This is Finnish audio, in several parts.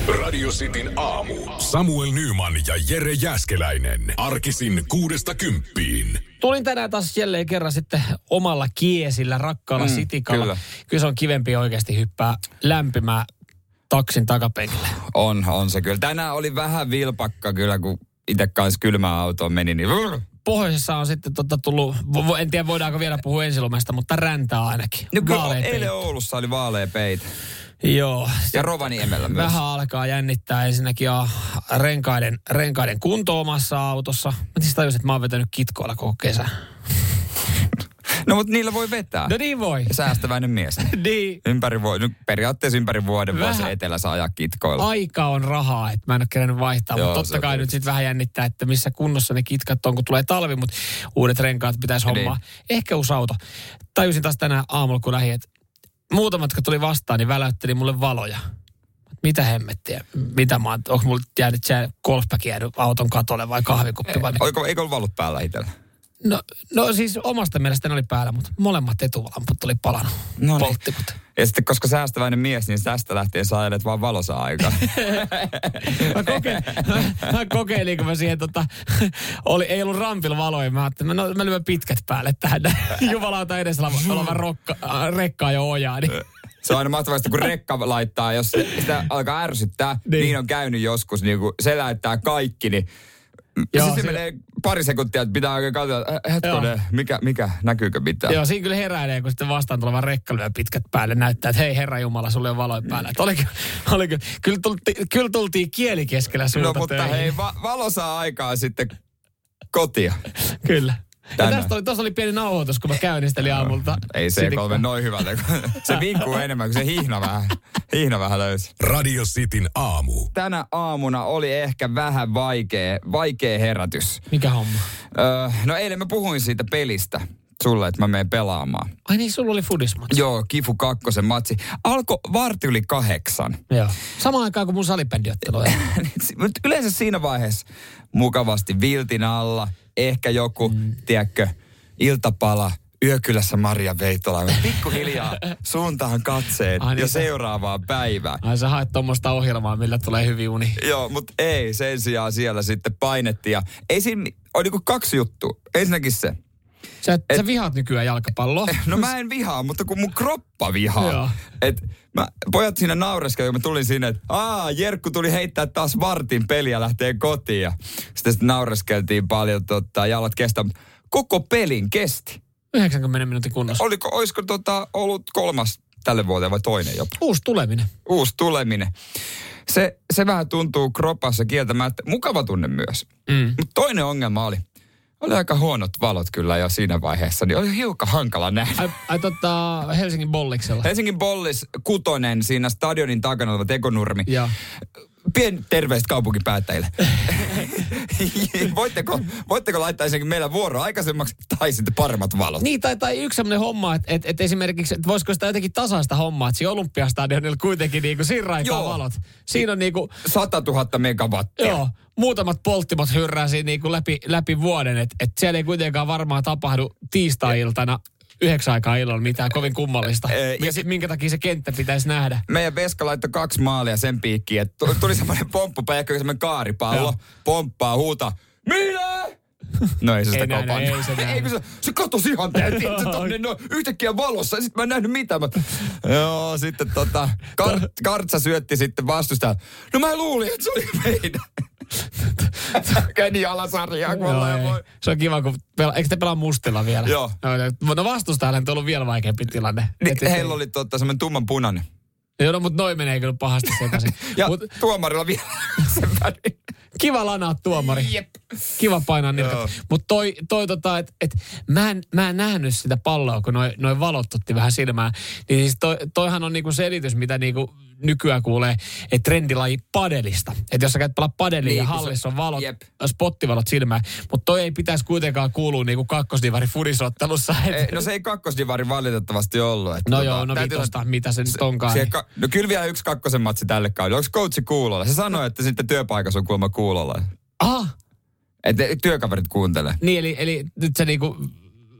Radio Cityn aamu. Samuel Nyman ja Jere Jääskeläinen. Arkisin 6–10. Tulin tänään taas jälleen kerran sitten omalla kiesillä, rakkaalla sitikalla. Kyllä se on kivempi oikeasti hyppää lämpimään taksin takapenkille. On se kyllä. Tänään oli vähän vilpakka kyllä, kun itse kanssa kylmään autoon meni. Niin... Pohjoisessa on sitten tullut, en tiedä voidaanko vielä puhua ensilumesta, mutta räntää ainakin. No kyllä eilen Oulussa oli vaalea peitä. Joo. Ja Rovaniemellä myös. Vähän alkaa jännittää ensinnäkin renkaiden kunto omassa autossa. Mä siis tajusin, että mä oon vetänyt kitkoilla koko kesän. No mutta niillä voi vetää. No niin voi. Säästäväinen mies. Niin. Periaatteessa ympäri vuoden voi se etelässä ajaa kitkoilla. Aika on rahaa, että mä en ole kerännyt vaihtaa. Mutta totta kai nyt sitten vähän jännittää, että missä kunnossa ne kitkat on, kun tulee talvi. Mutta uudet renkaat pitäisi hommaa. Ehkä uusi auto. Tajusin taas tänään aamulla, kun lähdin, että muutamat, jotka tuli vastaan, niin väläytteli mulle valoja. Mitä hemmettiä? Onko mulle jäänyt se golfback jäänyt auton katolle vai kahvikuppi? Eikö ollut valot päällä itsellä? No siis omasta mielestäni oli päällä, mutta molemmat etulamput oli palannut. Polttimut. Ja sitten koska säästäväinen mies, niin tästä lähtien saa edet vaan valosa aikaa. Mä kokeilin, kun mä siihen ei ollut rampilla valoja. Mä ajattelin, mä lyön pitkät päälle tähän. Jumalauta edessä olevan rekkaa jo ojaa. Niin. Se on aina mahtavasti, kun rekka laittaa, jos sitä alkaa ärsyttää, niin on käynyt joskus, niin kun se lähettää kaikki, niin joo, se menee pari sekuntia, että pitää oikein katsoa, hetkonen, mikä, näkyykö mitään? Joo, siinä kyllä heräilee, kun sitten vastaan tuleva rekka lyö pitkät päälle, näyttää, että hei herra jumala, sulla on valoja päällä. Kyllä tultiin kieli keskellä suuta. No mutta hei, valo saa aikaa sitten kotia. Kyllä. Ja tuossa oli pieni nauhoitus, kun mä käynnistelin aamulta. Ei se ole noin hyvältä. Se vinkkuu enemmän, kun se hihna vähän löysi. Radio Cityn aamu. Tänä aamuna oli ehkä vähän vaikea herätys. Mikä homma? No eilen mä puhuin siitä pelistä sulle, että mä menen pelaamaan. Ai niin, sulla oli fudismatsi. Joo, Kifu 2 matsi. Alkoi 7:15. Joo. Samaan aikaan kuin mun salibändiottelu. Yleensä siinä vaiheessa mukavasti viltin alla. Ehkä joku, tiedätkö, iltapala, Yökylässä Maria Veitola. Pikkuhiljaa suuntaan katseet jo seuraavaan päivään. Ai sä haet tommoista ohjelmaa, millä tulee hyvin uni. Joo, mutta ei. Sen sijaan siellä sitten painettiin. Ja ei siinä, oli niinku 2 juttua. Ensinnäkin se. Sä vihaat nykyään jalkapalloa. No mä en vihaa, mutta kun mun kroppa vihaa. Pojat siinä naureskeli, kun mä tulin sinne, että Jerkku tuli heittää taas vartin peliä lähtee kotiin. Ja sitten naureskeltiin paljon, jalat kestää. Koko pelin kesti. 90 minuutin kunnossa. Olisiko ollut 3. tälle vuoteen vai toinen jopa? Uusi tuleminen. Se vähän tuntuu kropassa kieltämättä. Mukava tunne myös. Mutta toinen ongelma oli aika huonot valot kyllä jo siinä vaiheessa, niin oli hiukan hankala nähdä. Helsingin Bolliksella. Helsingin Bollis 6 siinä stadionin takana oleva tekonurmi. Joo. Pien terveistä kaupunkipäättäjille. Voitteko laittaa ensinnäkin meillä vuoro aikaisemmaksi tai sitten paremmat valot? Niin, tai yksi sellainen homma, että esimerkiksi, että voisiko sitä jotenkin tasaista hommaa, että siinä Olympiastadionilla kuitenkin niinku siinä aikaa valot. Siinä on niinku 100 000 megawattia. Joo, muutamat polttimot hyrrää siinä niinku läpi vuoden, että siellä ei kuitenkaan varmaan tapahdu tiistai-iltana 9 aikaa illalla mitään kovin kummallista. Minkä takia se kenttä pitäisi nähdä? Meidän Veska laittoi 2 maalia sen piikkiin, että tuli semmoinen pomppupäikkö, semmoinen kaaripallo, pomppaa, huuta, minä! No ei se sitä kopannut. Ei kun se katosi ihan yhtäkkiä valossa ja sitten mä en nähnyt mitään. Joo, sitten Kartsa syötti sitten vastustaan. No mä luulin, että se oli meidän. Genialasarjaa, kun ollaan. Se on kiva, kun eikö te pelaa mustilla vielä? Joo. No vastustajalle on ollut vielä vaikeampi tilanne. Niin, heillä oli semmoinen tumman punainen. Joo, no, mutta noin menee kyllä pahasti sekaisin. Ja tuomarilla vielä sen väliin. Kiva lanaa tuomari. Jep. Kiva painaa nilkat. Mutta että mä en nähnyt sitä palloa, kun noi valot otti vähän silmään. Niin siis toihan on niinku selitys, mitä niinku nykyään kuulee, että trendilaji padelista. Että jos sä käyt pelaa padelia ja hallissa on valot, spottivalot silmään. Mutta toi ei pitäisi kuitenkaan kuulua niinku kakkosdivari fudisottelussa. No se ei kakkosdivari valitettavasti ollut. No joo, no vitosta, mitä se nyt onkaan. No kyllä vielä 1 kakkosen matsi tälle kaudelle. Onko coachi kuulolla? Se sanoi, että sitten työpaikassa on kuulemma kuulolla. Aha. Että työkaverit kuuntelee. Niin, eli nyt se niinku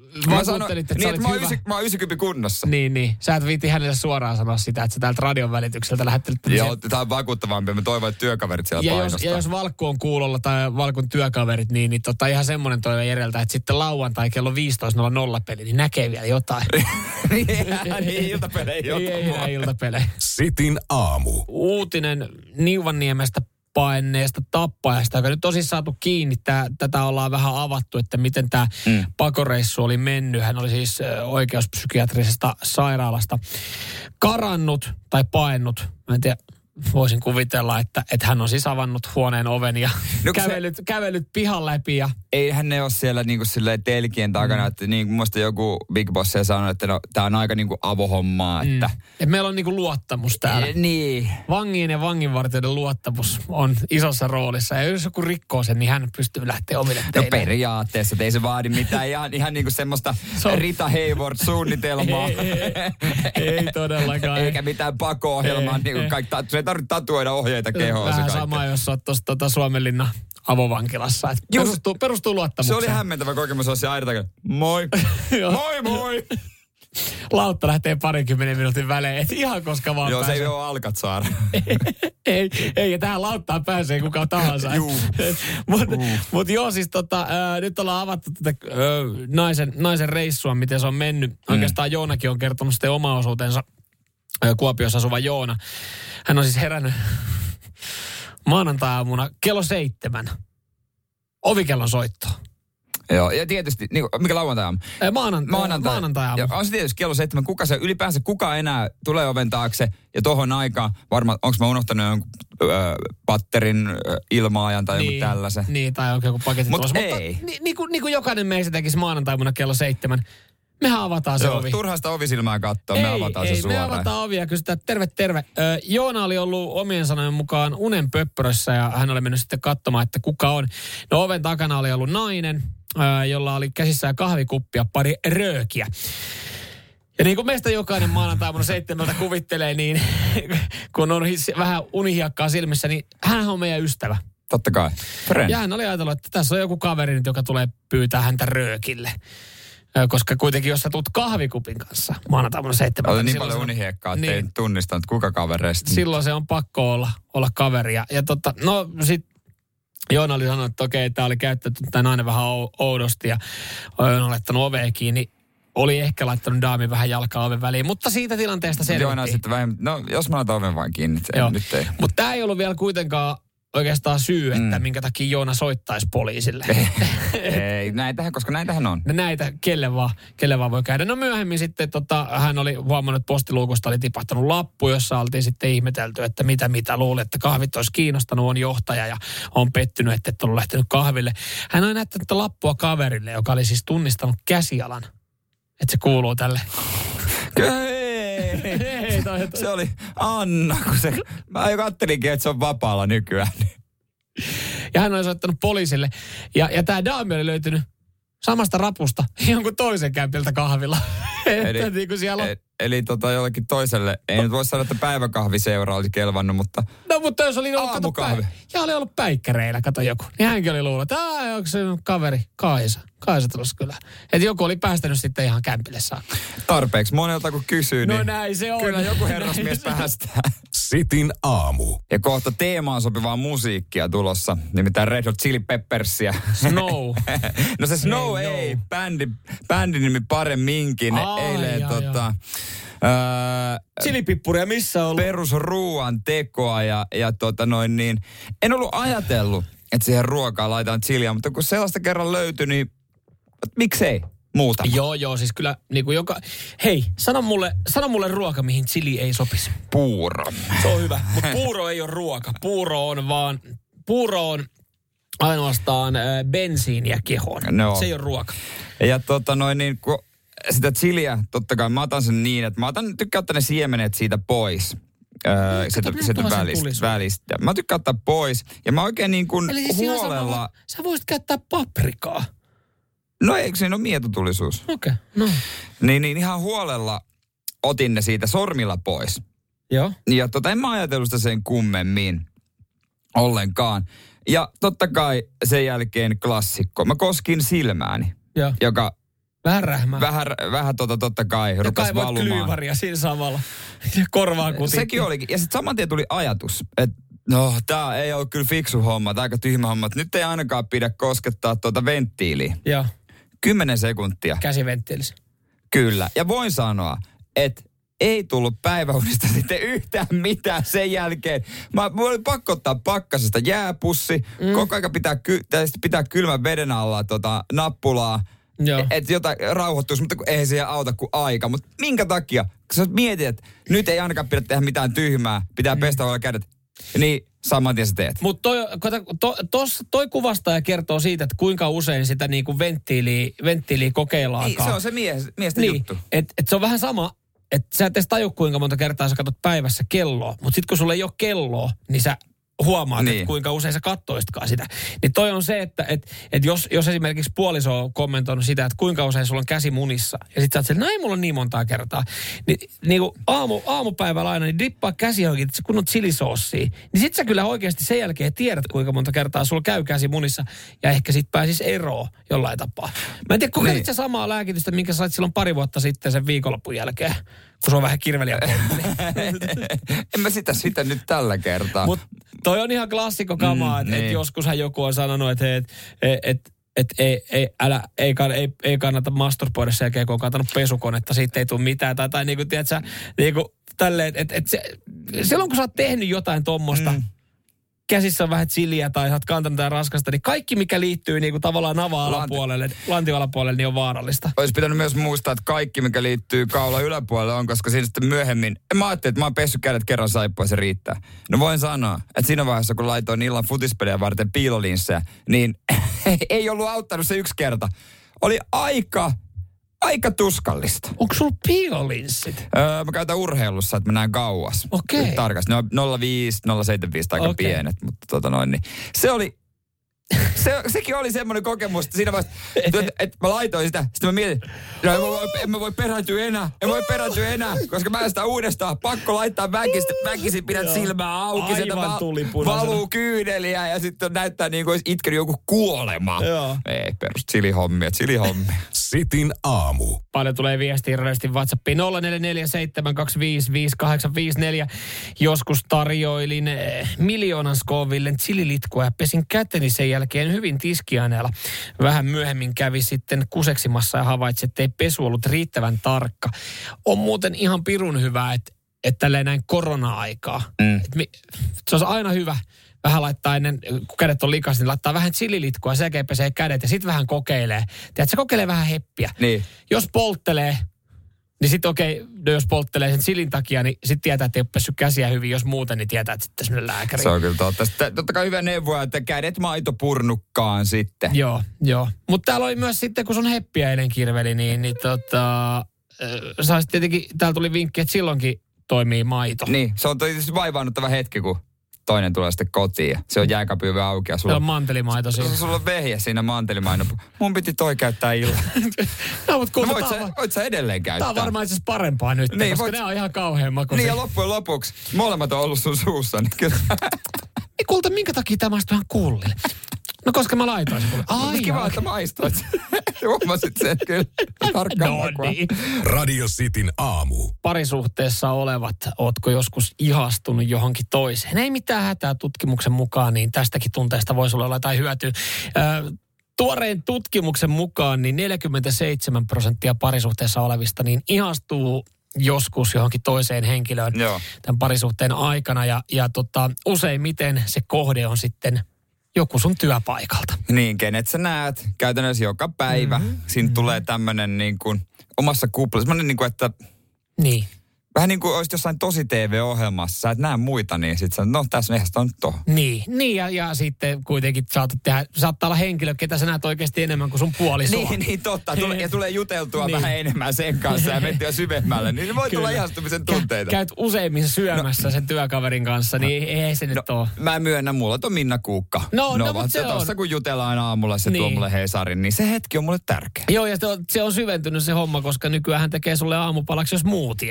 vakuuttelit, että sä olit hyvä. Mä oon 90 kunnossa. Niin. Sä et viitti hänelle suoraan sanoa sitä, että sä täältä radion välitykseltä lähettelit. Joo, tää on vakuuttavampi. Mä toivon, että työkaverit siellä painostaa. Ja jos Valkku on kuulolla tai Valkun työkaverit, niin ihan semmoinen toive Jereltä, että sitten lauantai kello 15.00 peli, niin näkee vielä jotain. Niin, iltapelejä Ei iltapelejä. Sitin aamu. Uutinen Niuvanniemestä paenneesta tappajasta, joka nyt tosissaan saatu kiinni. Tätä ollaan vähän avattu, että miten tämä pakoreissu oli mennyt. Hän oli siis oikeuspsykiatrisesta sairaalasta karannut tai paennut. Mä en tiedä, voisin kuvitella, että hän on siis avannut huoneen oven ja kävellyt pihan läpi. Ja... Eihän ne ole siellä niinku silleen telkien takana, että niin kuin muista joku Big Boss sanoi, että no, tää on aika niinku avohommaa. Että... Et meillä on niinku luottamus täällä. Niin. Vangin ja vanginvartijoiden luottamus on isossa roolissa. Ja jos joku rikkoo sen, niin hän pystyy lähteä omille teille. No periaatteessa, että ei se vaadi mitään ihan niinku semmoista Rita Hayworth-suunnitelmaa. Ei todellakaan. Eikä mitään pako-ohjelmaa. Niinku se ei tarvitse tatuoida ohjeita kehoon. Vähän sama, jos olet tuossa Suomenlinnan avovankilassa. Perustuu luottamukseen. Se oli hämmentävä kokemus, olisi aina moi. moi. Lautta lähtee 20 minuutin välein, et ihan koska vaan Joo, pääsee. se ei ole Alcazar. ei, ja tähän lauttaan pääsee kuka tahansa. Mutta joo, siis nyt ollaan avattu tätä naisen reissua, miten se on mennyt. Oikeastaan Joonakin on kertonut sitten oma osuutensa, Kuopiossa asuva Joona. Hän on siis herännyt maanantai-aamuna kello 7. Ovikellon soittoa. Joo, ja tietysti, niin, mikä lauantai-aamu? Maanantai-aamu. On se tietysti kello 7. Kuka enää tulee oven taakse ja tohon aikaan, varmaan, onko mä unohtanut jonkun patterin ilmaajan tai joku tällaisen? Niin, tai onko joku paketti tulossa. Mutta ei. Niin kuin jokainen meistä tekisi maanantai-aamuna kello 7. Mehän avataan se ovi. Turhasta ovisilmää katsoa, me avataan se suoraan. Me avataan ovi ja kysytään, terve. Joona oli ollut omien sanojen mukaan unen pöppörössä ja hän oli mennyt sitten katsomaan, että kuka on. No oven takana oli ollut nainen, jolla oli käsissään kahvikuppi ja pari röökiä. Ja niin kuin meistä jokainen maanantaina 7 kuvittelee, niin kun on vähän unihiakkaa silmissä, niin hän on meidän ystävä. Totta kai. Friend. Ja hän oli ajatellut, että tässä on joku kaveri nyt, joka tulee pyytää häntä röökille. Koska kuitenkin, jos sä tulet kahvikupin kanssa maanantaina 7. Oli niin paljon unihiekkaa, että ei tunnistanut kuka kavereista. Silloin se on pakko olla kaveri. Ja no sit Joona oli sanonut, että okei, tää oli käyttänyt tämä nainen vähän oudosti ja on laittanut oveen kiinni. Oli ehkä laittanut daamin vähän jalkaa oven väliin, mutta siitä tilanteesta selvittiin. Joona sitten vähän, no jos mä laitan oven vaan kiinni, nyt ei. Mutta tämä ei ollut vielä kuitenkaan oikeastaan syy, että minkä takia Joona soittaisi poliisille. Ei, koska näitähän on. Näitä, kelle vaan voi käydä. No myöhemmin sitten hän oli huomannut, että postiluukusta oli tipahtanut lappu, jossa oltiin sitten ihmetelty, että mitä luuli, että kahvit olisi kiinnostanut, on johtaja ja on pettynyt, että et ollut lähtenyt kahville. Hän oli näyttänyt lappua kaverille, joka oli siis tunnistanut käsialan, että se kuuluu tälle. Se oli Anna, mä ajattelinkin, että se on vapaalla nykyään. Ja hän oli soittanut poliisille. Ja tämä daami oli löytynyt samasta rapusta jonkun toisen kämpiltä kahvilla. Eli jollekin toiselle, ei nyt voi sanoa, että päiväkahviseura olisi kelvannut, mutta... No mutta jos oli ollut... Aamukahvi. Ja oli ollut päikkäreillä, kato joku. Niin hänkin oli luullut, että onko se kaveri Kaisa tulossa kyllä. Että joku oli päästänyt sitten ihan kämpille saakka. Tarpeeksi monelta kun kysyy, niin... No näin se on. Kyllä joku herrasmies päästää. Sitin aamu. Ja kohta teemaan sopivaa musiikkia tulossa. Nimittäin Red Hot Chili Peppersia. Snow. No se Snow ei. Bändin nimi paremminkin. Eilen chilipippuria missä on ollut? Perusruuan tekoa ja en ollut ajatellut, että siihen ruokaan laitetaan chiliä, mutta kun sellaista kerran löytyi, niin miksei muuta? Joo, siis kyllä niin kuin hei, sano mulle ruoka, mihin chili ei sopisi. Puuro. Se on hyvä, mutta puuro ei ole ruoka. Puuro on ainoastaan bensiiniä kehoon. No. Se ei ole ruoka. Ja kun sitä chiliä, totta kai mä otan sen niin, että tykkään ottaa ne siemenet siitä pois. Sieltä välistä. Mä tykkään ottaa pois. Ja mä oikein niin kuin siis huolella... Sä voisit käyttää paprikaa. No eikö siinä ole mietotulisuus? Okei, no. Niin ihan huolella otin ne siitä sormilla pois. Joo. Ja en mä ajatellut sitä sen kummemmin ollenkaan. Ja totta kai sen jälkeen klassikko. Mä koskin silmääni. Joo. Joka... Vähän rähmää. Vähän totta kai rupesi valumaan. Ja klyyvaria siinä samalla. Ja korvaan kutitti. Sekin olikin. Ja sitten saman tien tuli ajatus, että no, tää ei ole kyllä fiksu homma, tää aika tyhmä homma. Nyt ei ainakaan pidä koskettaa venttiiliä. Joo. 10 sekuntia. Käsiventtiilisi. Kyllä. Ja voin sanoa, että ei tullut päiväunista sitten yhtään mitään sen jälkeen. Mulla oli pakko ottaa pakkasesta jääpussi. Koko ajan pitää kylmän veden alla nappulaa. Että jotain rauhoittuisi, mutta eihän siihen auta kuin aika. Mutta minkä takia? Kun sä mietit, että nyt ei ainakaan pidä tehdä mitään tyhmää. Pitää pestä olla kädet. Niin saman tien sä teet. Mutta toi kuvastaa ja kertoo siitä, että kuinka usein sitä niinku venttiiliä kokeillaakaan. Niin, se on se miesten juttu. Et se on vähän sama, että sä et edes taju kuinka monta kertaa sä katsot päivässä kelloa. Mutta sitten kun sulla ei ole kelloa, niin sä huomaat, että kuinka usein sä kattoistkaan sitä. Niin toi on se, että jos esimerkiksi puoliso on kommentoinut sitä, että kuinka usein sulla on käsi munissa, ja sit sä oot siellä, no ei mulla niin montaa kertaa. Niin kuin aamupäivällä aina, niin dippaa käsi johonkin, kun on chilisoossia. Niin sit sä kyllä oikeasti sen jälkeen tiedät, kuinka monta kertaa sulla käy käsi munissa, ja ehkä sit pääsis eroon jollain tapaa. Mä en tiedä, kokeilit sä samaa lääkitystä, minkä sait silloin pari vuotta sitten sen viikonlopun jälkeen, kun se on vähän kirveliä. En mä sitä nyt tällä kertaa. Mut toi on ihan klassikko kamaa, että joskushan joku on sanonut, että ei kannata masturboida sen jälkeen, kun on kantanut pesukonetta, siitä ei tule mitään. Tai niinku, tiedätkö, niinku tälleen, että silloin kun sä oot tehnyt jotain tommosta, käsissä on vähän chiliä tai sä oot kantanut jotain raskasta, niin kaikki mikä liittyy niinku tavallaan lantion-alapuolelle, niin on vaarallista. Olisi pitänyt myös muistaa, että kaikki mikä liittyy kaula yläpuolelle on, koska siinä sitten myöhemmin, mä ajattelin, että mä oon pessy kädet kerran saippua ja se riittää. No voin sanoa, että siinä vaiheessa kun laitoin illan futispeliä varten piilolinssejä, niin ei ollut auttanut se yksi kerta. Oli aika tuskallista. Onko sulla piilolinssit? Mä käytän urheilussa, että mä näen kauas. Okei. Tarkasti. Ne on 0,5, 0,75 aika pienet, mutta niin. Se oli, sekin oli semmoinen kokemus, että siinä vaiheessa, että mä laitoin sitä, sitten mä mietin, no en mä voi perääntyä enää, koska mä en sitä uudestaan, pakko laittaa väkisin pidät silmää auki, sieltä valuu kyyneliä ja sitten näyttää niin kuin olisi itkenyt joku kuolema. Joo. Ei, perus chilihommia. Sitin aamu. Paljon tulee viestiä rösti WhatsAppiin 0447255854. Joskus tarjoilin 1 000 000 Scovillen chililitkua ja pesin käteni sen jälkeen hyvin tiskiaineella. Vähän myöhemmin kävi sitten kuseksimassa ja havaitsi, että ei pesu ollut riittävän tarkka. On muuten ihan pirun hyvä, että tälleen näin korona-aikaa. Se on aina hyvä vähän laittaa ennen, kun kädet on likas, niin laittaa vähän chililitkua, sen jälkeen pesee kädet ja sitten vähän kokeilee. Tiedätkö, se kokeilee vähän heppiä. Niin. Jos polttelee, niin sitten jos polttelee sen chilin takia, niin sitten tietää, että ei ole pessyt käsiä hyvin. Jos muuten, niin tietää, että sitten sinne lääkäriin. Se on kyllä totta. Totta kai hyvä neuvoa, että kädet maitopurnukkaan sitten. Joo. Mutta täällä oli myös sitten, kun sun heppiä eilen kirveli, niin saisit tietenkin, täällä tuli vinkki, että silloinkin toimii maito. Niin, se on tietysti vaivaannuttava hetki, kun toinen tulee sitten kotiin ja se on jääkaappi auki. Sulla on mantelimaito siinä. Sulla on vehje siinä mantelimaino. Mun piti toi käyttää illalla. Voit sä edelleen käyttää? Tää on varmaan itse asiassa parempaa nyt, niin, koska ne on ihan kauhean makuisia. Niin ja loppujen lopuksi molemmat on ollut sun suussa. Niin kyllä. Niin kulta, minkä takia tämä maistuu ihan kullille? No koska mä laitoin sen. Kiva, että maistoit. Huomasit sen kyllä. Tarkkaan niin. Radio Cityn aamu. Parisuhteessa olevat, ootko joskus ihastunut johonkin toiseen? Ei mitään hätää tutkimuksen mukaan, niin tästäkin tunteesta voisi olla jotain hyötyä. Tuoreen tutkimuksen mukaan niin 47% parisuhteessa olevista niin ihastuu joskus johonkin toiseen henkilöön tämän parisuhteen aikana. Ja useimmiten se kohde on sitten joku sun työpaikalta. Niin, kenet sä näet käytännössä joka päivä. Siinä tulee tämmönen niin kuin omassa kuplassa. Semmoinen niin kuin, että niin. Vähän niin kuin olisit jossain tosi TV-ohjelmassa. Sä et näe muita, niin sit sä, no tässä eihän sitä on tohon. Niin ja sitten kuitenkin saattaa olla henkilö, ketä sä näet oikeasti enemmän kuin sun puolisoa. Niin, totta. Ja tulee juteltua vähän enemmän sen kanssa ja mentyä syvemmälle. Niin voi tulla ihastumisen tunteita. Käyt useimmin syömässä sen työkaverin kanssa, niin ei se nyt ole. Mä myönnän, mulla on Minna Kuukka. No mutta se on. Tossa kun jutellaan aamulla, se tuo mulle Hesarin, niin se hetki on mulle tärkeä. Joo, ja se on syventynyt se homma, koska nykyään hän tekee sulle aamupalaksi jos muutien. Kyllä.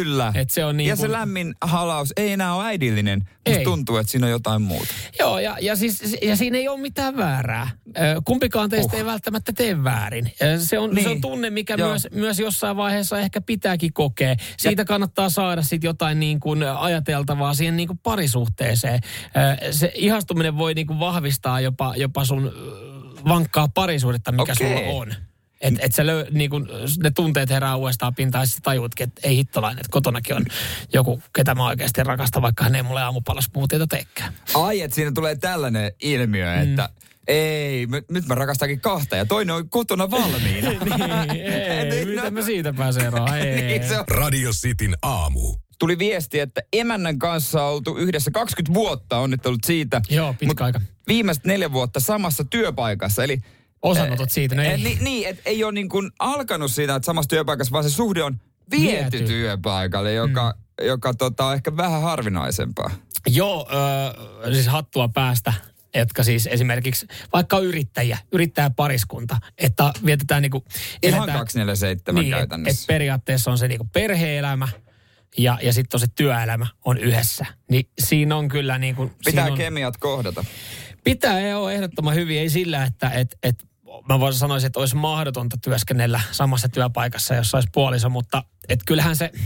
Kyllä. Et se on niin ja se lämmin halaus ei enää ole äidillinen. Musta tuntuu, että siinä on jotain muuta. Joo, ja siinä ei ole mitään väärää. Kumpikaan teistä ei välttämättä tee väärin. Se on tunne, mikä myös jossain vaiheessa ehkä pitääkin kokea. Siitä kannattaa saada sitten jotain niin kuin ajateltavaa siihen niin kuin parisuhteeseen. Se ihastuminen voi niin kuin vahvistaa jopa sun vankkaa parisuudetta, mikä sulla on. Että niinku, ne tunteet herää uudestaan pintaan ja sitten tajuutkin, että ei hittolainen, että kotonakin on joku, ketä mä oikeasti rakastan, vaikka hän ei mulle aamupallasmuutioita teekään. Ai, että siinä tulee tällainen ilmiö, että ei, nyt mä rakastankin kahta ja toinen on kotona valmiina. Miten mä siitä pääsen eroon? Radio Cityn aamu. Tuli viesti, että emännän kanssa on oltu yhdessä 20 vuotta, onnittelut siitä. Joo, pitkä aika. Viimeiset 4 vuotta samassa työpaikassa, eli osanotot siitä, Niin, että ei ole niin kuin alkanut siitä, että samassa työpaikassa, vaan se suhde on viety työpaikalle, joka on ehkä vähän harvinaisempaa. Joo, siis hattua päästä, jotka siis esimerkiksi vaikka yrittäjäpariskunta, että vietetään niinku... Ihan 247 käytännössä. Että periaatteessa on se niinku perhe-elämä ja sitten on se työelämä on yhdessä. Niin siinä on kyllä niinku... Pitää kemiat kohdata. Pitää olla ehdottoman hyvin, ei sillä, että mä sanoisin, että olisi mahdotonta työskennellä samassa työpaikassa, jos olisi puoliso, mutta kyllähän se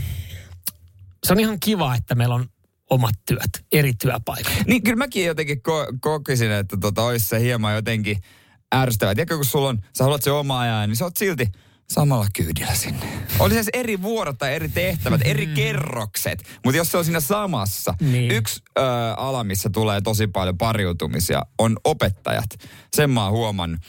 on ihan kiva, että meillä on omat työt, eri työpaikat. Niin kyllä mäkin jotenkin kokisin, että olisi se hieman jotenkin ärsyttävää. Tiedätkö, kun sä haluat se oma ajan, niin sä oot silti samalla kyydillä sinne. Oli se eri vuorot tai eri tehtävät, eri kerrokset. Mutta jos se on siinä samassa. Niin. Yksi ala, missä tulee tosi paljon pariutumisia, on opettajat. Sen mä oon huomannut.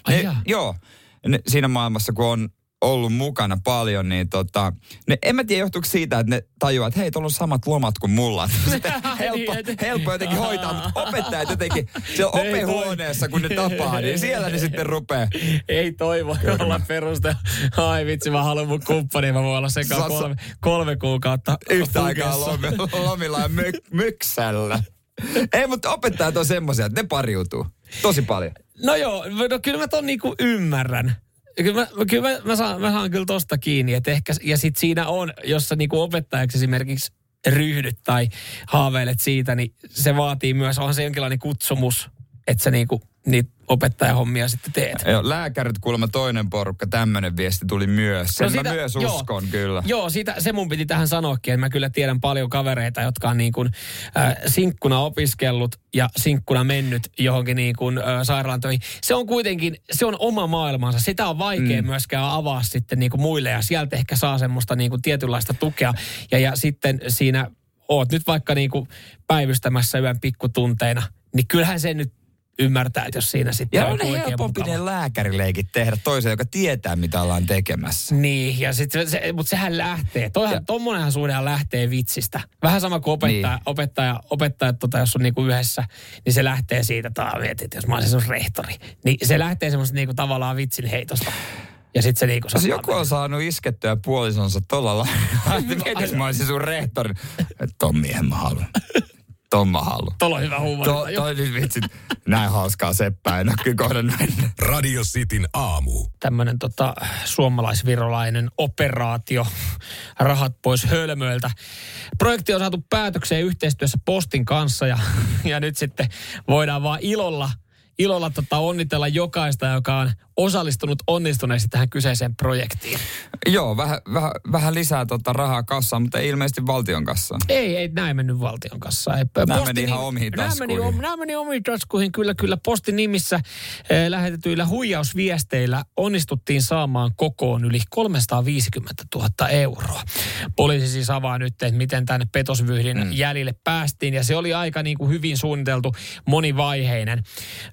Siinä maailmassa, kun on ollut mukana paljon, niin en mä tiedä johtuuko siitä, että ne tajuaa, että hei, tuolla on samat lomat kuin mulla. Sitten helppo jotenkin hoitaa, mutta opettajat jotenkin siellä opehuoneessa, kun ne tapaa, niin siellä ne sitten rupeaa. Ei toivo olla peruste. Ai vitsi, mä haluan mun kumppani, mä voin olla sekaan 3 kuukautta. Yhtä aikaa lomilla ja myksällä. Ei, mutta opettajat on semmoisia, että ne pariutuu tosi paljon. No joo, kyllä mä ton niinku ymmärrän. Kyllä mä saan kyllä tosta kiinni, että ehkä, ja sit siinä on, jos sä niinku opettajaksi esimerkiksi ryhdyt tai haaveilet siitä, niin se vaatii myös, onhan se jonkinlainen kutsumus, että sä niinku niitä opettajahommia sitten teet. Joo, lääkärit kuulemma toinen porukka, tämmöinen viesti tuli myös. Sen mä myös uskon kyllä. Joo, se mun piti tähän sanoakin, että mä kyllä tiedän paljon kavereita, jotka on niin kuin sinkkuna opiskellut ja sinkkuna mennyt johonkin niin kuin sairaalan töihin. Se on kuitenkin, se on oma maailmansa. Sitä on vaikea myöskään avaa sitten niin kuin muille ja sieltä ehkä saa semmoista niin kuin tietynlaista tukea. Ja sitten siinä oot nyt vaikka niin kuin päivystämässä yön pikkutunteina, niin kyllähän se nyt ymmärtää, että jos siinä sitten on oikein helpompi ne lääkärileikit tehdä toisen, joka tietää, mitä ollaan tekemässä. Niin, ja sitten mutta sehän lähtee. Tommonenhan suhdehan lähtee vitsistä. Vähän sama kuin opettajat jos on niinku yhdessä, niin se lähtee siitä, että jos mä olisin sun rehtori, niin se lähtee semmoista niinku tavallaan vitsin heitosta. Ja sitten se niinku jos joku on saanut iskettyä puolisonsa tolla lailla, mietin, jos mä olisin sun rehtori. Ton miehen mä haluan. Tuolla on hyvä huumori. Toi nyt vitsit. Näin hauskaa seppää. En ole kyllä kohdannut ennen. Radio Cityn aamu. Tämmöinen suomalaisvirolainen operaatio. Rahat pois hölmöiltä. Projekti on saatu päätökseen yhteistyössä Postin kanssa ja nyt sitten voidaan vaan ilolla onnitella jokaista, joka on osallistunut onnistuneesti tähän kyseiseen projektiin. Joo, vähän lisää rahaa kassaan, mutta ei ilmeisesti valtion kassaan. Ei näin mennyt valtion kassaan. Nämä meni ihan omiin taskuihin. Nämä meni omiin taskuihin, kyllä. Postin nimissä lähetetyillä huijausviesteillä onnistuttiin saamaan kokoon yli 350 000 euroa. Poliisi siis avaa nyt, että miten tänne petosvyhdin jäljille päästiin, ja se oli aika niin kuin hyvin suunniteltu, monivaiheinen.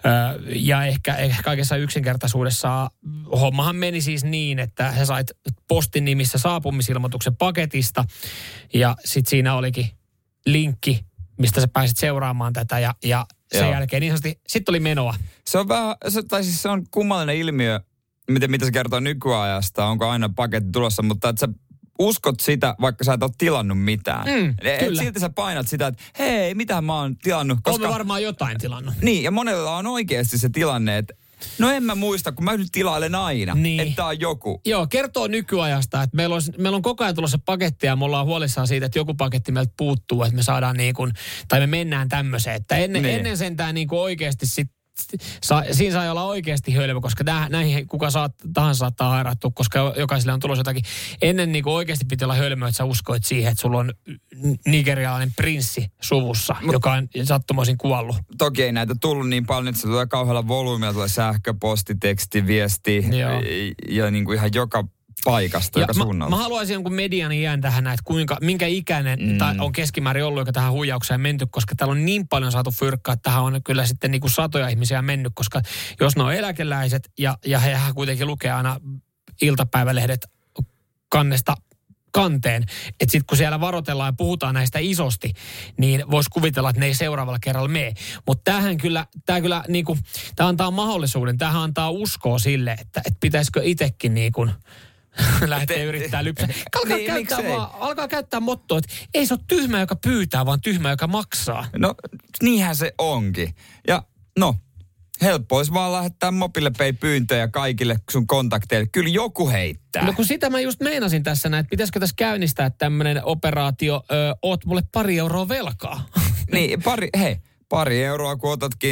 Ja ehkä kaikessa yksinkertaisuudessa hommahan meni siis niin, että sä sait Postin nimissä saapumisilmoituksen paketista ja sitten siinä olikin linkki, mistä sä pääsit seuraamaan tätä ja sen jälkeen niin sanotusti, sitten oli menoa. Se on vähän, se on kummallinen ilmiö, mitä se kertoo nykyajasta, onko aina paketti tulossa, mutta että sä uskot sitä, vaikka sä et ole tilannut mitään. Kyllä. Silti sä painat sitä, että hei, mitä mä oon tilannut. Koska... Olemme varmaan jotain tilannut. Niin, ja monella on oikeasti se tilanne, että No en mä muista, kun mä nyt tilailen aina, niin. Että on joku. Joo, kertoo nykyajasta, että meillä on koko ajan tulossa pakettia ja me ollaan huolissaan siitä, että joku paketti meiltä puuttuu, että me saadaan niin kuin, tai me mennään tämmöiseen. Että ennen sentään niin kuin oikeasti siinä saa olla oikeasti hölmö, koska näihin kuka tahansa saattaa hairaattua, koska jokaiselle on tulossa jotakin. Ennen niin kuin oikeasti pitää olla hölmö, että sä uskoit siihen, että sulla on nigerialainen prinssi suvussa, joka on sattumoisin kuollut. Toki ei näitä tullut niin paljon, että se tulee kauhealla volyymilla, tulee sähköposti, teksti, viesti ja niin kuin ihan joka paikasta, joka suunnalta. Mä haluaisin jonkun median iän tähän, että minkä ikäinen on keskimäärin ollut, joka tähän huijaukseen menty, koska täällä on niin paljon saatu fyrkkaa, että tähän on kyllä sitten niin kuin satoja ihmisiä mennyt, koska jos ne on eläkeläiset ja hehän kuitenkin lukee aina iltapäivälehdet kannesta kanteen, että sitten kun siellä varoitellaan ja puhutaan näistä isosti, niin voisi kuvitella, että ne ei seuraavalla kerralla mene. Mutta tämä kyllä niinku, tämä antaa mahdollisuuden, tämähän antaa uskoa sille, että pitäisikö itsekin niinku lähteä yrittää lypsää. Alkaa käyttää mottoa, että ei se ole tyhmä, joka pyytää, vaan tyhmä, joka maksaa. No, niinhän se onkin. Ja helppo olisi vaan lähettää MobilePay-pyyntöjä kaikille sun kontakteille. Kyllä joku heittää. No kun sitä mä just meinasin tässä, että pitäisikö tässä käynnistää tämmöinen operaatio, oot mulle 2 euroa velkaa. Niin, 2 euroa, kun otatkin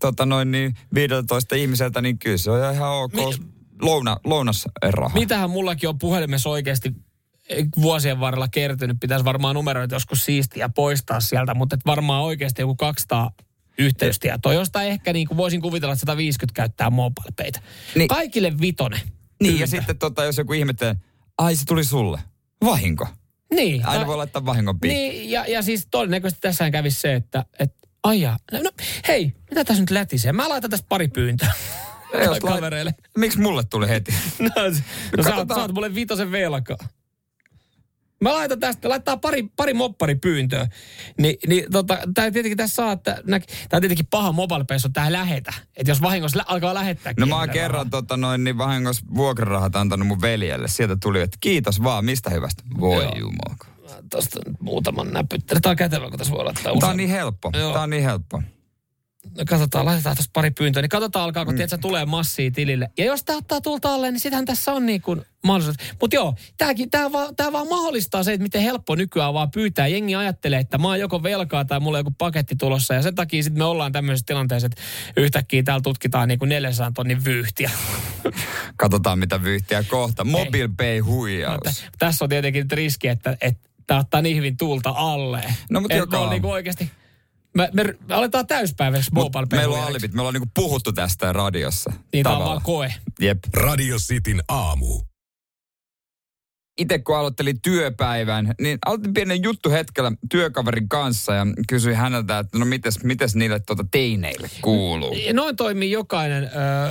15 ihmiseltä, niin kyllä se on ihan ok. Lounasraha. Mitähän mullakin on puhelimessa oikeasti vuosien varrella kertynyt. Pitäisi varmaan numeroita joskus siistiä poistaa sieltä, mutta varmaan oikeasti joku 200 yhteystietoa, josta ehkä niin kuin voisin kuvitella, että 150 käyttää MobilePaytä. Niin, kaikille 5. Niin, ja sitten jos joku ihmettelee, ai se tuli sulle. Vahinko. Niin. Aina voi laittaa vahingon piikki. Niin, ja siis todennäköisesti tässähän kävisi se, että no hei, mitä tässä nyt lätisee? Mä laitan tästä 2 pyyntöä. Kavereille. Miksi mulle tuli heti? Sä oot mulle 5 velkaa. Mä laitan tästä, laittaa pari mopparipyyntöä. Tää tietenkin tässä saa, että tää on tietenkin paha MobilePayssa on tää lähetä. Että jos vahingossa alkaa lähettää. No mä oon kerran vahingossa vuokrarahat antanut mun veljelle. Sieltä tuli, että kiitos vaan, mistä hyvästä. Voi jumalko. Tosta muutaman näpyttely. Tää on kätevä, kun tässä voi laittaa usein. Tää on niin helppo. No katsotaan, laitetaan tuosta 2 pyyntöä, niin katsotaan alkaako, tiedätkö, tulee massia tilille. Ja jos tää ottaa tulta alle, niin sitähän tässä on niin kuin mahdollisuus. Mutta joo, tää vaan mahdollistaa se, että miten helppo nykyään vaan pyytää. Jengi ajattelee, että mä oon joko velkaa tai mulla on joku paketti tulossa. Ja sen takia sitten me ollaan tämmöisessä tilanteessa, että yhtäkkiä täällä tutkitaan niin kuin 400 tonnin vyyhtiä. Katsotaan mitä vyyhtiä kohta. MobilePay-huijaus. Tässä on tietenkin riski, että tää ottaa niin hyvin tuulta alle. No mutta joka on niin oikeasti. Me aletaan täyspäiväksi MobilePay. Meillä on alipit. Me ollaan niinku puhuttu tästä radiossa. Niin tämä on vaan koe. Jep. Radio Cityn aamu. Itse kun aloittelin työpäivän, niin aloitin pienen juttu hetkellä työkaverin kanssa ja kysyin häneltä, että no mites niille teineille kuuluu? Noin toimii jokainen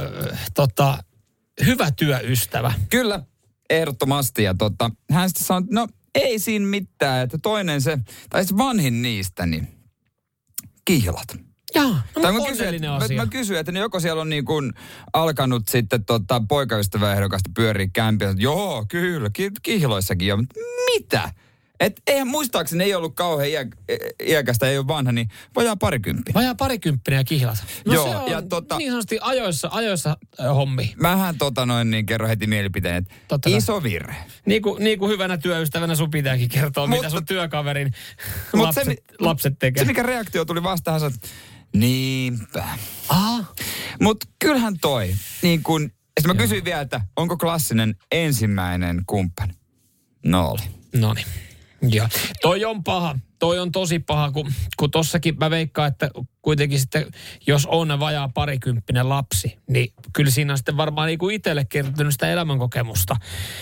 hyvä työystävä. Kyllä, ehdottomasti. Ja hän sitten sanoi, että no ei siinä mitään, että toinen se vanhin niistä, niin kihlat. Joo, no onnellinen asia. Mä kysyin, että joko siellä on niin kuin alkanut sitten poikaystäväehdokasta pyöriä kämpiä. Joo, kyllä, kihloissakin on. Mitä? Eihän muistaakseni ei ollut kauhean iäkästä, ei ole vanha, niin vajaa 20. Vajaa 20 ja kihlat. No joo, se on ja niin sanotusti ajoissa hommi. Mähän kerron heti mielipiteen, että iso virhe. Niin kuin hyvänä työystävänä sun pitääkin kertoa, mitä sun työkaverin lapset tekee. Se mikä reaktio tuli vastaan, että niinpä. Mutta kyllähän toi, niin kun, sitten mä kysyin vielä, että onko klassinen ensimmäinen kumppani? No oli. Noniin. Joo. Toi on paha. Toi on tosi paha, kun tossakin mä veikkaan, että kuitenkin sitten, jos on vajaa 20 lapsi, niin kyllä siinä on sitten varmaan niin kuin itselle kertynyt sitä elämänkokemusta.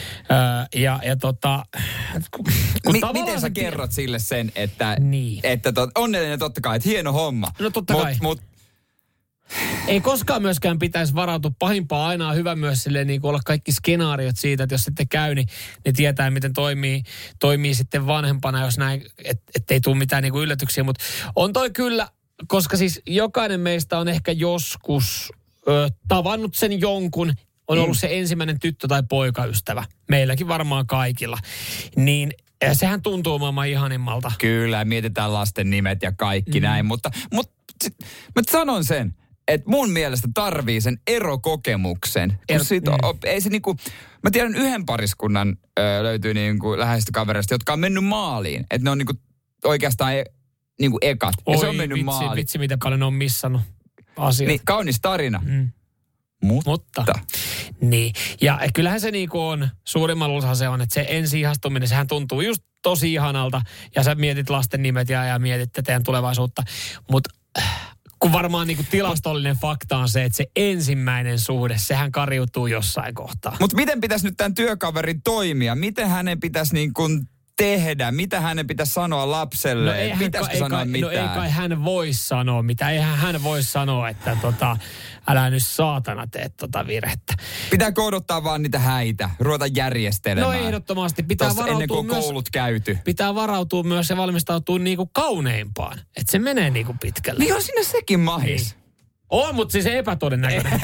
Miten sä kerrot sille sen, että onnellinen totta kai, että hieno homma. No totta kai. Ei koskaan myöskään pitäisi varautua pahimpaa. Aina on hyvä myös silleen, niin kuin olla kaikki skenaariot siitä, että jos sitten käy, niin ne tietää, miten toimii sitten vanhempana, jos näin, ettei tule mitään niin kuin yllätyksiä. Mutta on toi kyllä, koska siis jokainen meistä on ehkä joskus tavannut sen jonkun, on ollut se ensimmäinen tyttö- tai poikaystävä. Meilläkin varmaan kaikilla. Niin sehän tuntuu maailman ihanimmalta. Kyllä, mietitään lasten nimet ja kaikki näin, mutta sanon sen, että mun mielestä tarvii sen erokokemuksen. Ei se niinku, mä tiedän yhden pariskunnan löytyy niinku läheisistä kavereista, jotka on mennyt maaliin. Että ne on niinku oikeastaan niinku ekat. Ja se on mennyt maaliin. Vitsi, miten paljon ne on missannut asiat. Niin, kaunis tarina. Mutta. Niin, ja kyllähän se niinku on, suurimmalla osalla se on, että se ensi-ihastuminen, sehän tuntuu just tosi ihanalta, ja sä mietit lasten nimet ja mietit teidän tulevaisuutta, mutta kun varmaan niinku tilastollinen fakta on se, että se ensimmäinen suhde, sehän kariutuu jossain kohtaa. Mutta miten pitäisi nyt tämän työkaverin toimia? Miten hänen pitäisi niinku tehdä? Mitä hänen pitäisi sanoa lapselle? Pitäisikö sanoa mitään? No ei kai hän voi sanoa mitään. Eihän hän voi sanoa, että älä nyt saatana tee virhettä. Pitääkö odottaa vaan niitä häitä? Ruveta järjestelemään? No ehdottomasti. Pitää varautua ennen kuin on koulut käyty. Pitää varautua myös ja valmistautua niinku kauneimpaan. Että se menee niinku pitkälle. Niin on siinä sekin mahis. Niin. On, mutta siis epätodennäköinen.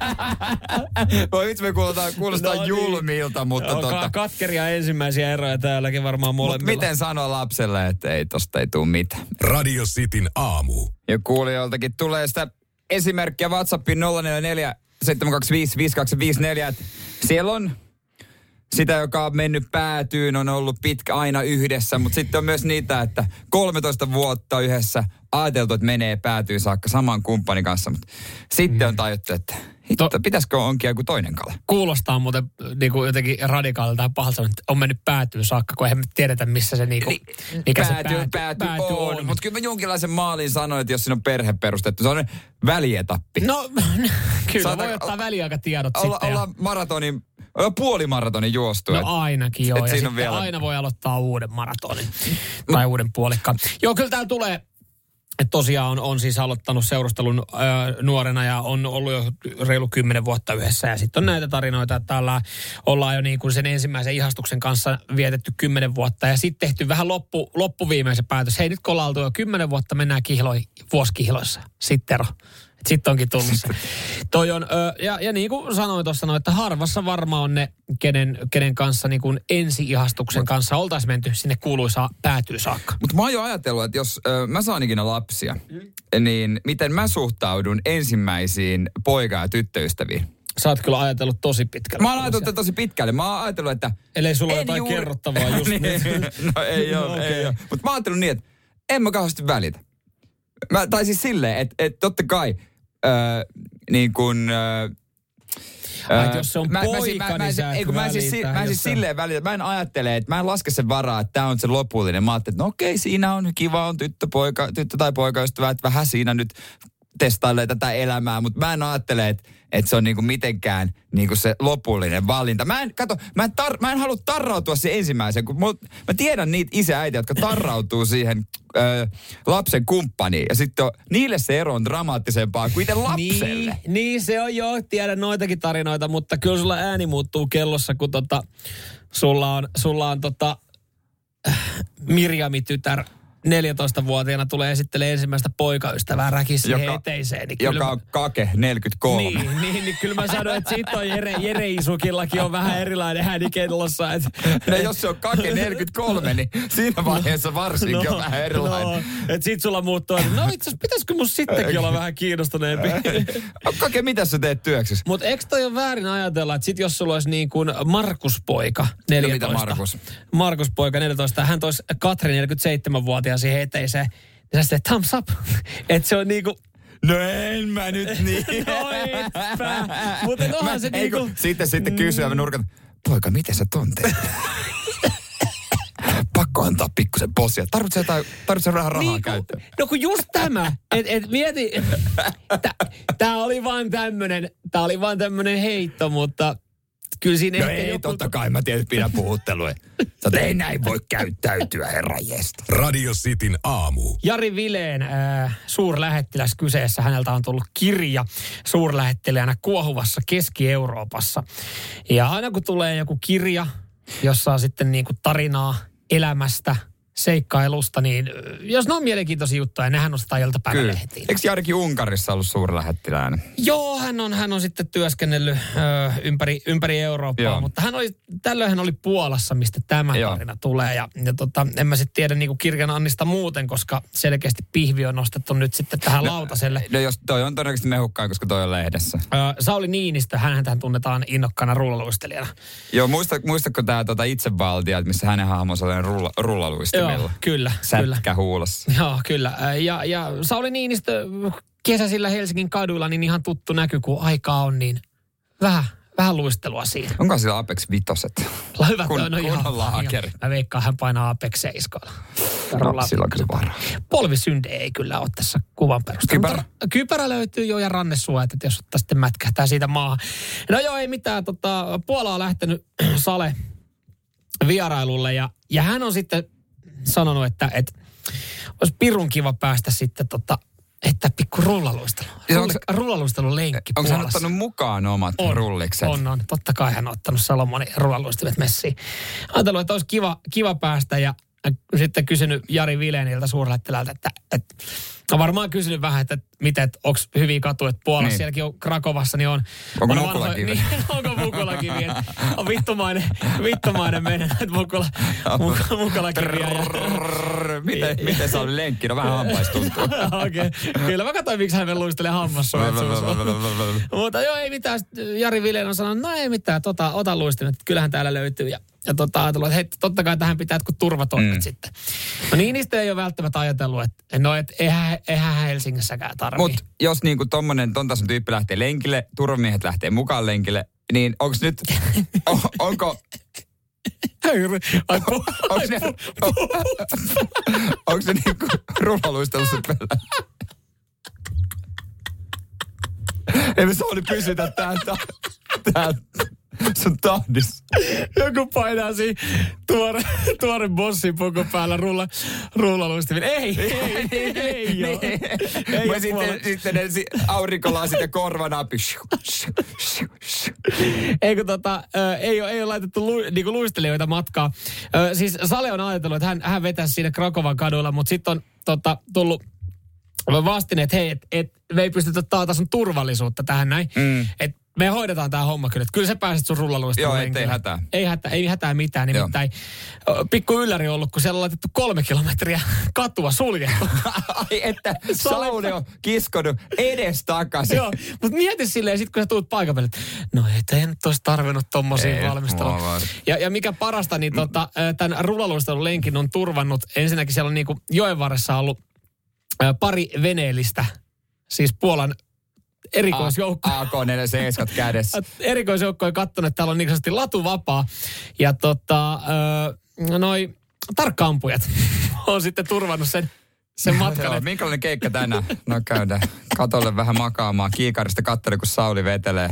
Voi vitsi, me kuulostaa julmilta, mutta katkeria ensimmäisiä eroja täälläkin varmaan molemmilla. Mutta miten sanoa lapselle, että ei tosta ei tule mitään? Radio Cityn aamu. Ja kuulijoiltakin tulee sitä esimerkkiä WhatsAppin 044 725 5254, että siellä on sitä, joka on mennyt päätyyn, on ollut pitkä aina yhdessä, mutta sitten on myös niitä, että 13 vuotta yhdessä ajateltu, että menee päätyyn saakka saman kumppanin kanssa, mutta sitten on tajuttu, että pitäisikö onkin joku toinen kala? Kuulostaa muuten niinku jotenkin radikaalilta ja pahalta, että on mennyt päätyyn saakka, kun eihän me tiedetä, missä se niinku, mikä pääty on. Mutta kyllä mä jonkinlaisen maalin sanoin, että jos siinä on perhe perustettu, se on välietappi. No, kyllä voi ottaa väliaikatiedot sitten. Ollaan puolimaratonin juostu. No ainakin joo, ja sitten vielä aina voi aloittaa uuden maratonin tai uuden puolikkaan. Joo, kyllä täällä tulee. Että tosiaan on siis aloittanut seurustelun nuorena ja on ollut jo reilu 10 vuotta yhdessä. Ja sitten on näitä tarinoita, että ollaan jo niin kuin sen ensimmäisen ihastuksen kanssa vietetty 10 vuotta. Ja sitten tehty vähän loppuviimeisen päätös. Hei, nyt kun ollaan oltu jo 10 vuotta, mennään vuosikihloissa. Sitten ero. Sitten onkin tullut se. Toi on, ja niin kuin sanoin tuossa, että harvassa varmaan on ne, kenen kanssa niin kuin ensi-ihastuksen kanssa oltaisiin menty sinne kuuluisaa päätyy saakka. Mutta mä oon jo ajatellut, että jos mä saan ikinä lapsia, niin miten mä suhtaudun ensimmäisiin poika- ja tyttöystäviin? Sä oot kyllä ajatellut tosi pitkälle. Mä oon ajatellut tosi pitkälle. Mä oon ajatellut, että ellei sulla ole jotain kerrottavaa just nyt. No ei ole. Mutta mä oon ajatellut niin, että en mä kauheasti välitä. Tai siis silleen, että totta kai niin kuin jos se on poika, niin sä et välitä. Mä siis silleen välitä. Mä en ajattele, että mä en laske sen varaa, että tää on se lopullinen. Mä ajattelin, että no okei, siinä on kiva, on tyttö tai poikaystävä, että vähän siinä nyt testailee tätä elämää, mutta mä en ajattele, että se on niinku mitenkään niinku se lopullinen valinta. Mä en halua tarrautua siihen ensimmäiseen, kun mä tiedän niitä isä-äitiä, jotka tarrautuu siihen lapsen kumppaniin. Ja sitten niille se ero on dramaattisempaa kuin itse lapselle. Niin se on jo, tiedän noitakin tarinoita, mutta kyllä sulla ääni muuttuu kellossa, kun sulla on Mirjami-tytär 14-vuotiaana tulee esittelee ensimmäistä poikaystävää räkissä eteiseen. Niin joka on kake 43. Niin kyllä mä sanoin, että siitä on Jere Isukillakin on vähän erilainen ääni kellossa. No jos se on kake 43, niin siinä vaiheessa varsinkin on vähän erilainen. Että sit sulla muuttuu, että no itse asiassa pitäisikö mun sittenkin olla vähän kiinnostuneempi. Kake, mitä sä teet työksessä? Mutta eikö toi ole väärin ajatella, että sit jos sulla olisi niin kuin Markuspoika 14. No mitä Markus? Markuspoika 14, hän toisi Katri 47-vuotiaan siihen eteiseen. Ja sä teet thumbs up. Että se on niinku... No en mä nyt niin. No etpä. Mutta onhan se niinku... Sitten kysyä nurkan. Poika, miten sä ton teet? Pakko antaa pikkusen posia. Tarvitsee vähän rahaa niin, käyttöön. No kun just tämä. Et mieti. Tää oli vaan tämmönen heitto, mutta... Kyllä siinä no ei, totta kai mä tietysti pidän puhuttelua. Sä ei näin voi käyttäytyä, herranjesta. Radio Cityn aamu. Jari Vileen suurlähettiläs kyseessä. Häneltä on tullut kirja suurlähettiläänä kuohuvassa Keski-Euroopassa. Ja aina kun tulee joku kirja, jossa on sitten niinku tarinaa elämästä, seikkailusta, niin jos ne on mielenkiintoisia juttuja, nehän nostaa iltapäivälehtiin. Eikö Jarikin Unkarissa ollut suurlähettiläinen? Joo, hän on sitten työskennellyt ympäri Eurooppaa, joo. Mutta tällöin hän oli Puolassa, mistä tämä tarina tulee. Ja en mä sitten tiedä niinku kirjan Annista muuten, koska selkeästi pihvi on nostettu nyt sitten tähän lautaselle. No jos toi on todennäköisesti mehukkaan, koska toi on lehdessä. Sauli Niinistö, hänhän tunnetaan innokkana rullaluistelijana. Joo, muistatko tämä itsevaltia, missä hänen hahmonsa oli rullaluistelija? Joo, kyllä. Sätkä huulossa. Joo, kyllä. Ja Sauli Niinistö kesäisillä Helsingin kaduilla niin ihan tuttu näky, kun aikaa on, niin vähän luistelua siinä. Onko sillä Apex vitoset? Hyvä, kunnon laakeri. Mä veikkaan, hän painaa Apex 7. No, silloin kyllä varaa. Polvisynde ei kyllä ole tässä kuvan perusteella. Kypärä löytyy jo ja rannesuojat, että jos ottaa sitten mätkähtää siitä maahan. No joo, ei mitään. Puola on lähtenyt Sale vierailulle ja hän on sitten sanonut, että olisi pirun kiva päästä sitten että pikku rullaluistelun lenkki Onko hän ottanut mukaan omat rullikset? On. Totta kai hän on ottanut Salomonin rullaluistimet messiin. Ajatellut, että olisi kiva päästä ja sitten kysynyt Jari Vileniltä suurlähettilältä, että on varmaan kysynyt vähän, että onko hyviä katuja, että Puolassa niin. Sielläkin on Krakovassa, niin on... Onko Mukulakivi? Niin, onko Mukulakivi? On vittumainen mennä näitä Mukulakiviä. Miten se oli lenkki? No vähän hampaistuntuu. Okei. Kyllä mä katsoin, miksi hän luistelee hammassuojat suussa. Mutta joo, ei mitään. Jari Vilen on sanonut, no ei mitään, ota luistimet, kyllähän täällä löytyy. Ja ajatellut, että hei, totta kai tähän pitää jotkut turvatoimet sitten. No niistä ei ole välttämättä ajatellut, että eihän Helsingissäkään tarvii. Mutta jos niinku ton tason tyyppi lähtee lenkille, turvamiehet lähtee mukaan lenkille, niin onko nyt, onko se niinku rullaluistelussa pelaa? Ei me Sauli pysytä täällä sun tahdissa. Joku painaa siinä tuore bossin puku päällä rullaluistimin. Ei joo. Sitten ne aurinkolasit ja korvanapi. Ei kun ei ole laitettu niinku luistelijoita matkaa. Siis Sale on ajatellut, että hän vetäisi siinä Krakovan kaduilla, mutta sitten on tullut vastine, että hei, me ei pystytä taata sun turvallisuutta tähän näin. Että me hoidetaan tää homma kyllä. Kyllä sä pääset sun rullaluisteluun. Joo, ettei hätää. Ei hätää mitään. Nimittäin pikku ylläri ollut, kun siellä on laitettu 3 kilometriä katua suljettu. Ai, että Sauli on kiskonut edes takaisin. Joo, mutta mieti silleen, sit kun sä tuut paikan päälle, että no ei nyt olisi tarvinnut tommosia valmistelua. Ja mikä parasta, niin tämän rullaluistelun lenkin on turvannut. Ensinnäkin siellä on niinku joen varressa ollut pari veneellistä, siis Puolan erikoisjoukko. AK-47 kädessä. Erikoisjoukko on katsonut, että täällä on niin sanotusti latu vapaa. Ja noi tarkka-ampujat on sitten turvannut sen matkan. Minkälainen keikka tänään? No käydään katolle vähän makaamaan. Kiikarista katselen, kun Sauli vetelee.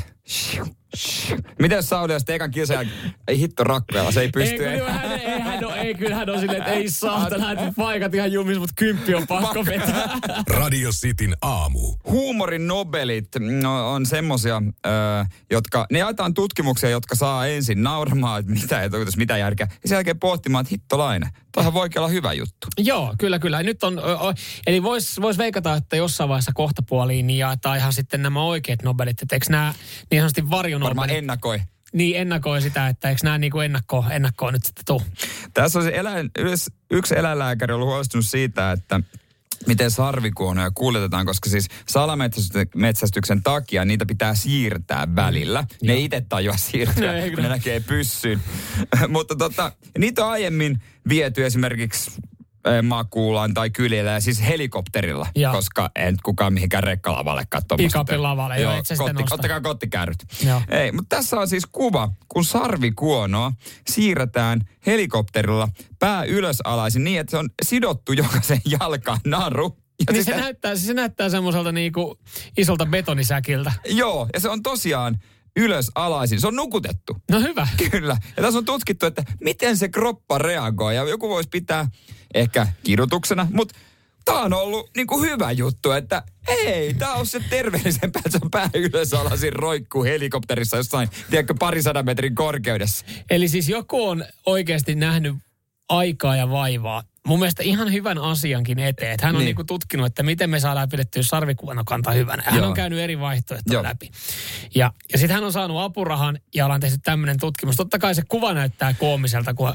Miten jos Sauli olisi ekan kisan jälkeen? Ei hitto rakkoilla, se ei pysty. Ei, kyllä hän on silleen, että ei saatana, että paikat ihan jumis, mutta 10 on pakko vetää. Radio Cityn aamu. Huumorin Nobelit on semmosia, jotka, ne jaetaan tutkimuksia, jotka saa ensin nauramaan, että mitä järkeä, ja sen jälkeen pohtimaan, että hittolainen. Toihan voikin olla hyvä juttu. Joo, kyllä. Nyt on, eli vois veikata, että jossain vaiheessa kohtapuoliin niin jaetaan ihan sitten nämä oikeat Nobelit, että eikö nämä niin sanotusti varjonobelit. Varmaan ennakoi. Niin, ennakoi sitä, että eikö nämä niin kuin ennakkoon nyt sitten tule. Tässä on yksi eläinlääkäri ollut huolestunut siitä, että miten sarvikuonoja kuljetetaan, koska siis salametsästyksen takia niitä pitää siirtää välillä. Ne itse tajua siirtyä, kun ne näkee pyssyn. Mutta niitä on aiemmin viety esimerkiksi Makuulaan tai kylillä ja siis helikopterilla, koska en kukaan mihinkään rekkalavalle katsoa. Pikapin lavalle, joo, et sä sitä nosta. Ottakaa kottikärryt. Ei, mutta tässä on siis kuva, kun sarvikuonoa siirretään helikopterilla pää ylösalaisin niin, että se on sidottu jokaisen jalkaan naru. Niin se näyttää semmoiselta niinku isolta betonisäkiltä. Joo, ja se on tosiaan ylösalaisin. Se on nukutettu. No hyvä. Kyllä. Ja tässä on tutkittu, että miten se kroppa reagoi. Ja joku voisi pitää ehkä kidutuksena, mutta tämä on ollut niinku hyvä juttu, että ei, tämä on se terveellisempää, että se on pää ylösalaisin roikkuu helikopterissa jossain, tiedätkö, 200 metrin korkeudessa. Eli siis joku on oikeasti nähnyt aikaa ja vaivaa mun mielestä ihan hyvän asiankin eteen. Hän on niinku tutkinut, että miten me saadaan pidettyä sarvikuonokanta hyvänä. Hän on käynyt eri vaihtoehtoja läpi. Ja sitten hän on saanut apurahan ja ollaan tehty tämmöinen tutkimus. Totta kai se kuva näyttää koomiselta, kun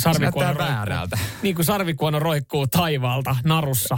sarvikuono roikkuu taivaalta narussa.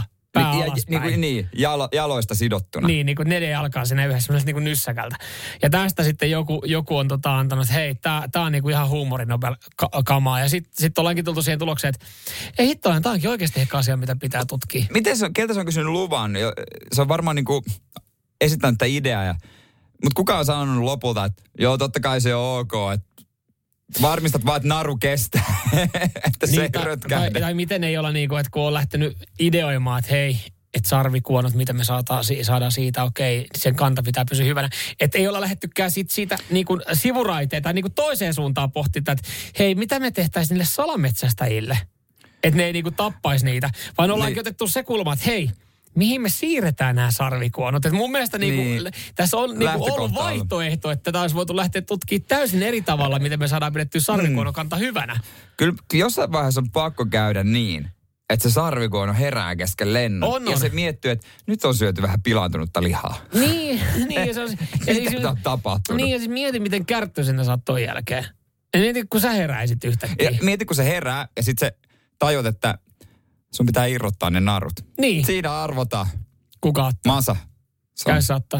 Jaloista sidottuna. Niin kuin 4 jalkaa siinä yhdessä, niin kuin nyssäkältä. Ja tästä sitten joku on antanut, että hei, tää on niin kuin ihan huumorinobel-kamaa. Ja sitten ollaankin tultu siihen tulokseen, että ei hittoinen, tää onkin oikeasti ehkä asia, mitä pitää tutkia. Keltä se on kysynyt luvan? Se on varmaan niin kuin esittänyt tätä ideaa. Mutta kuka on sanonut lopulta, että joo, totta kai se on ok, että varmistat vaan, että naru kestää, että se ei rötkähdä. Tai miten ei olla niin kuin, että kun on lähtenyt ideoimaan, että hei, että sarvikuonot, mitä me saadaan siitä, okei, sen kanta pitää pysyä hyvänä. Että ei olla lähtettykään siitä niin kuin sivuraiteen tai niin kuin toiseen suuntaan pohtia, että hei, mitä me tehtäisiin niille salametsästäjille? Että ne ei niin kuin tappaisi niitä, vaan ollaankin otettu se kulma, että hei, mihin me siirretään nämä sarvikuonot. Et mun mielestä tässä on ollut vaihtoehto, että tätä olisi voitu lähteä tutkimaan täysin eri tavalla, miten me saadaan pidettyä sarvikuonokanta hyvänä. Kyllä jossain vaiheessa on pakko käydä niin, että se sarvikuono herää kesken lennon. On. Ja se miettii, että nyt on syöty vähän pilaantunutta lihaa. Niin. Mitä on tapahtunut? Niin, ja siis mieti, miten kärttyisenä sä oot ton jälkeen. Ja mieti, kun sä heräisit yhtäkkiä. Ja mieti, kun se herää, ja sit se tajut, että sun pitää irrottaa ne narut. Niin. Siinä arvotaan. Kuka ottaa? Masa. Käy saattaa.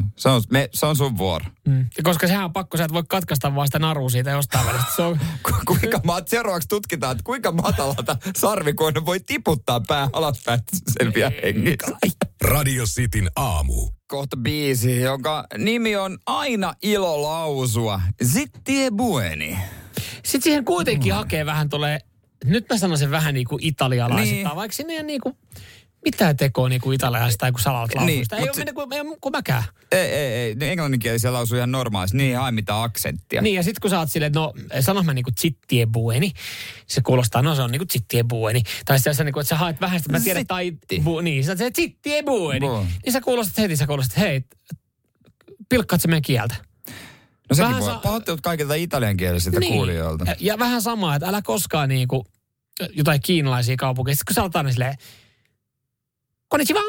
Se on sun vuoro. Ja koska sehän on pakko, sä et voi katkaista vaan sitä narua siitä jostain välistä. Seuraavaksi tutkitaan, että kuinka matalalta sarvikuono voi tiputtaa pää alaspäin, että se selviää hengissä. Radio Cityn aamu. Kohta biisi, jonka nimi on aina ilo lausua. Zitti buoni. Sitten siihen kuitenkin hakee vähän nyt mä sanoisin vähän niin kuin italialaisista, vaikka sinne ei niin kuin mitään tekoa niin kuin italialaisista tai kuin salalta lausuista. Ei ole kuin mäkään. Ei. Englanninkielisiä lausuu ihan normaalisti. Niin ei hae mitään aksenttia. Niin ja sitten kun sä oot silleen, että sanos mä niin kuin zittie buoni, se kuulostaa, se on niin kuin zittie buoni. Tai sitten niin kuin, että sä haet vähän, että mä tiedän, niin sä oot se zittie buoni. Niin sä kuulostat heti, että hei, pilkkaat se meidän kieltä. No sekin voi. Pahoittelut kaikilta italiankielisistä kuulijoilta. Ja vähän samaa, että älä koskaan niinku jotain kiinalaisia kaupunkeja. Sitten kun sä olet aina silleen, konnichiwa!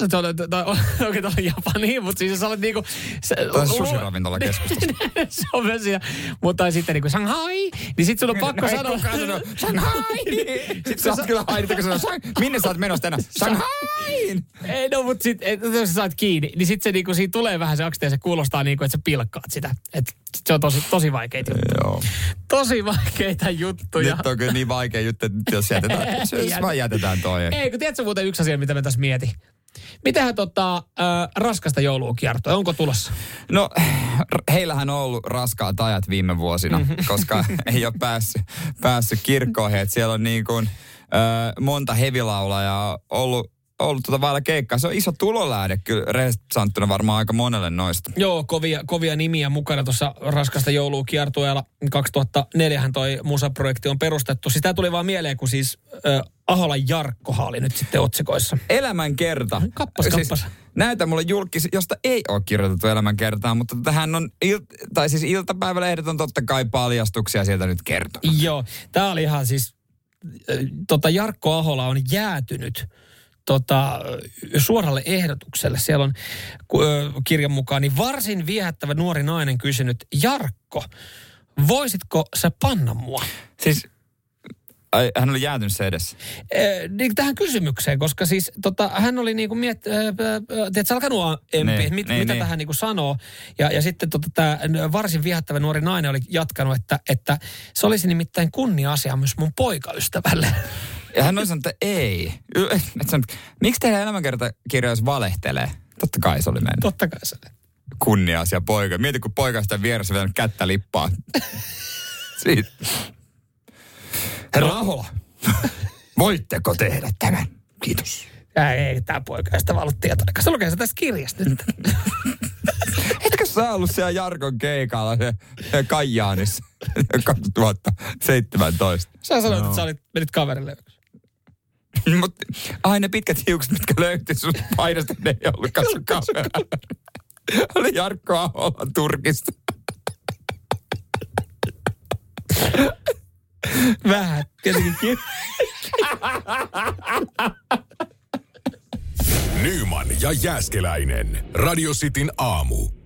Okei, tuolla Japani, mutta siis sä olet niinku... Tämä on sushi-ravintola keskustassa. Se on myös siinä. Mutta sitten niinku Shanghai, niin sit sun on pakko sanoa... Shanghai! Sitten sä oot kyllä hainita, kun sanoo, minne sä oot menossa tänään? Shanghai! Ei, no, mutta sitten jos sä saat kiinni, niin sitten se niinku, siinä tulee vähän se akste ja se kuulostaa niinku, että sä pilkkaat sitä. Että se on tosi vaikeita juttuja. Joo. Tosi vaikeita juttuja. Nyt on kyllä niin vaikea juttu, että jos jätetään toi. Ei, kun tiedätkö muuten yksi asia, mitä me tässä mietin? Mitähän raskasta joulua kiertoa? Onko tulossa? No, heillähän on ollut raskaat ajat viime vuosina, koska ei ole päässyt kirkkoihin. Et siellä on niin kuin monta hevilaulajaa ollut vailla keikkaa. Se on iso tulolähde kyllä rehellisesti sanottuna varmaan aika monelle noista. Joo, kovia nimiä mukana tuossa raskasta joulua kiertueella. 2004 toi musaprojekti on perustettu. Sitä tuli vaan mieleen, kun siis Aholan Jarkkohan oli nyt sitten otsikoissa. Elämänkerta. Kappas. Siis, näytä mulle julkis, josta ei ole kirjoitettu elämänkertaa, mutta tähän on, iltapäivälehdet on totta kai paljastuksia sieltä nyt kertonut. Joo, tää oli ihan siis, Jarkko Ahola on jäätynyt suoralle ehdotukselle. Siellä on kirjan mukaan niin varsin viehättävä nuori nainen kysynyt, Jarkko, voisitko sä panna mua? Siis hän oli jäätynyt se edessä. Tähän kysymykseen, koska siis hän oli niinku tiedätkö, alkanut empiä, mitä tähän niinku sanoo. Ja sitten tämä varsin viehättävä nuori nainen oli jatkanut, että se olisi nimittäin kunnia-asia myös mun poikaystävälle. Ja hän oli sanonut, että ei. Miksi tehdään elämänkertakirja, jos valehtelee? Totta kai se oli mennyt. Totta kai se oli. Kunnia-asia poika. Mieti, kun poika sitä vieressä vielä kättä lippaa. Siitä. Herra Ahola, voitteko tehdä tämän? Kiitos. Ei, tämä poika ei sitä vaan ollut tietoinen. Se lukee se tästä kirjasta nyt. Etkö sä ollut siellä Jarkon keikalla Kajaanissa 2017? Sä sanoit, että sä menit kaverille yksi. Mutta ne pitkät hiukset, mitkä löytyi sun painosta, ne ei ollut kamera. Oli Jarkko Ahola Turkista. Vähän, tietenkin. Nyman ja Jääskeläinen. Radio Cityn aamu.